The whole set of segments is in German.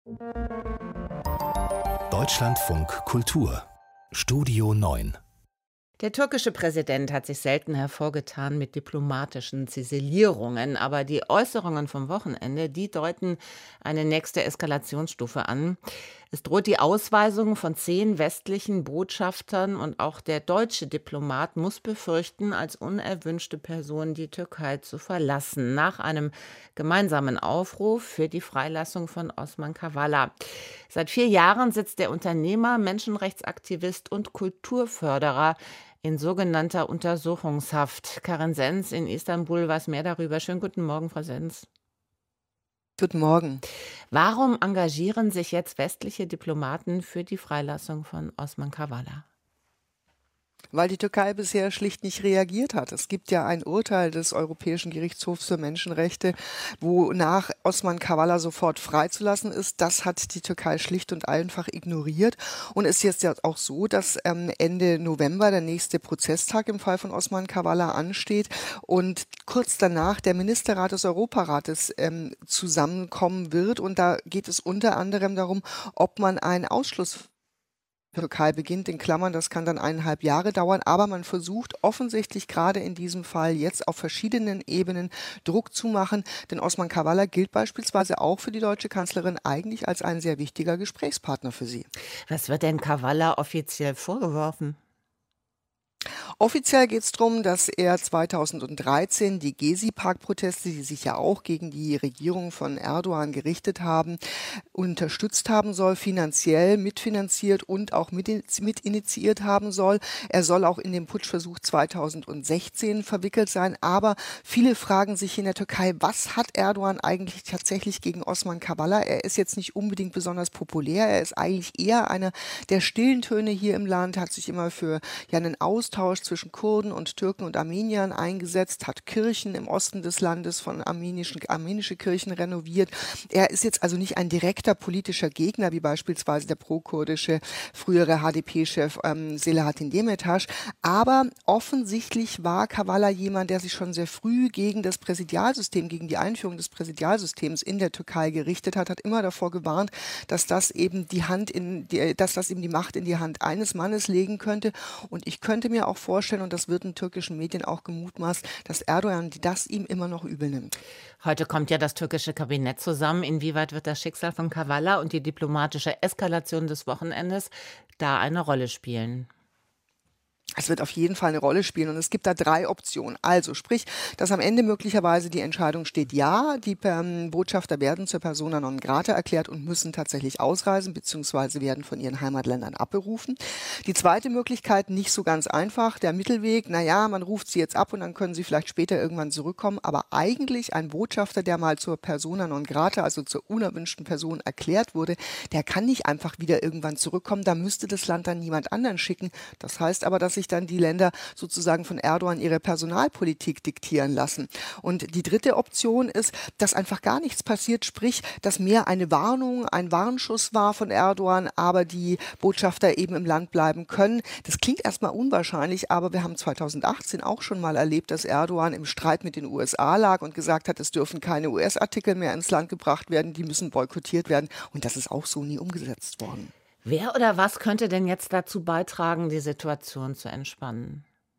Deutschlandfunk Kultur Studio 9. Der türkische Präsident hat sich selten hervorgetan mit diplomatischen Ziselierungen, aber die Äußerungen vom Wochenende, die deuten eine nächste Eskalationsstufe an. Es droht die Ausweisung von 10 westlichen Botschaftern und auch der deutsche Diplomat muss befürchten, als unerwünschte Person die Türkei zu verlassen, nach einem gemeinsamen Aufruf für die Freilassung von Osman Kavala. Seit 4 Jahren sitzt der Unternehmer, Menschenrechtsaktivist und Kulturförderer in sogenannter Untersuchungshaft. Karin Sens in Istanbul weiß mehr darüber. Schönen guten Morgen, Frau Sens. Guten Morgen. Warum engagieren sich jetzt westliche Diplomaten für die Freilassung von Osman Kavala? Weil die Türkei bisher schlicht nicht reagiert hat. Es gibt ja ein Urteil des Europäischen Gerichtshofs für Menschenrechte, wonach Osman Kavala sofort freizulassen ist. Das hat die Türkei schlicht und einfach ignoriert. Und es ist jetzt ja auch so, dass Ende November der nächste Prozesstag im Fall von Osman Kavala ansteht und kurz danach der Ministerrat des Europarates zusammenkommen wird. Und da geht es unter anderem darum, ob man einen Ausschluss Türkei beginnt, in Klammern, das kann dann 1,5 Jahre dauern, aber man versucht offensichtlich gerade in diesem Fall jetzt auf verschiedenen Ebenen Druck zu machen, denn Osman Kavala gilt beispielsweise auch für die deutsche Kanzlerin eigentlich als ein sehr wichtiger Gesprächspartner für sie. Was wird denn Kavala offiziell vorgeworfen? Offiziell geht es darum, dass er 2013 die Gezi-Park-Proteste, die sich ja auch gegen die Regierung von Erdogan gerichtet haben, unterstützt haben soll, finanziell mitfinanziert und auch mitinitiiert haben soll. Er soll auch in den Putschversuch 2016 verwickelt sein. Aber viele fragen sich in der Türkei, was hat Erdogan eigentlich tatsächlich gegen Osman Kavala? Er ist jetzt nicht unbedingt besonders populär. Er ist eigentlich eher einer der stillen Töne hier im Land, hat sich immer für einen Austausch zwischen Kurden und Türken und Armeniern eingesetzt, hat Kirchen im Osten des Landes von armenische Kirchen renoviert. Er ist jetzt also nicht ein direkter politischer Gegner, wie beispielsweise der pro-kurdische frühere HDP-Chef Selahattin Demirtas. Aber offensichtlich war Kavala jemand, der sich schon sehr früh gegen das Präsidialsystem, gegen die Einführung des Präsidialsystems in der Türkei gerichtet hat, hat immer davor gewarnt, dass das eben die Macht in die Hand eines Mannes legen könnte. Und ich könnte mir auch vorstellen, und das wird in türkischen Medien auch gemutmaßt, dass Erdogan das ihm immer noch übel nimmt. Heute kommt ja das türkische Kabinett zusammen. Inwieweit wird das Schicksal von Kavala und die diplomatische Eskalation des Wochenendes da eine Rolle spielen? Es wird auf jeden Fall eine Rolle spielen und es gibt da 3 Optionen. Also sprich, dass am Ende möglicherweise die Entscheidung steht, ja, die Botschafter werden zur persona non grata erklärt und müssen tatsächlich ausreisen bzw. werden von ihren Heimatländern abberufen. Die zweite Möglichkeit, nicht so ganz einfach, der Mittelweg, naja, man ruft sie jetzt ab und dann können sie vielleicht später irgendwann zurückkommen, aber eigentlich ein Botschafter, der mal zur persona non grata, also zur unerwünschten Person erklärt wurde, der kann nicht einfach wieder irgendwann zurückkommen, da müsste das Land dann niemand anderen schicken. Das heißt aber, dass sich dann die Länder sozusagen von Erdogan ihre Personalpolitik diktieren lassen. Und die dritte Option ist, dass einfach gar nichts passiert, sprich, dass mehr eine Warnung, ein Warnschuss war von Erdogan, aber die Botschafter eben im Land bleiben können. Das klingt erstmal unwahrscheinlich, aber wir haben 2018 auch schon mal erlebt, dass Erdogan im Streit mit den USA lag und gesagt hat, es dürfen keine US-Artikel mehr ins Land gebracht werden, die müssen boykottiert werden. Und das ist auch so nie umgesetzt worden. Wer oder was könnte denn jetzt dazu beitragen, die Situation zu entspannen?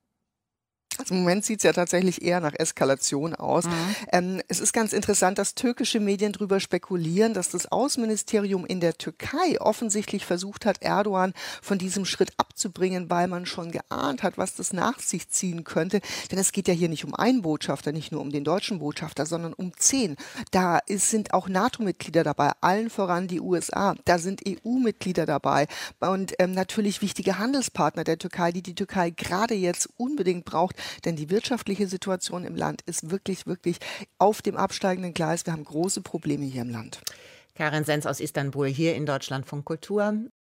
Also im Moment sieht es ja tatsächlich eher nach Eskalation aus. Es ist ganz interessant, dass türkische Medien darüber spekulieren, dass das Außenministerium in der Türkei offensichtlich versucht hat, Erdogan von diesem Schritt abzubringen, weil man schon geahnt hat, was das nach sich ziehen könnte. Denn es geht ja hier nicht um einen Botschafter, nicht nur um den deutschen Botschafter, sondern um 10. Sind auch NATO-Mitglieder dabei, allen voran die USA. Da sind EU-Mitglieder dabei und natürlich wichtige Handelspartner der Türkei, die Türkei gerade jetzt unbedingt braucht. Denn die wirtschaftliche Situation im Land ist wirklich, wirklich auf dem absteigenden Gleis. Wir haben große Probleme hier im Land. Karin Sens aus Istanbul, hier in Deutschlandfunk Kultur.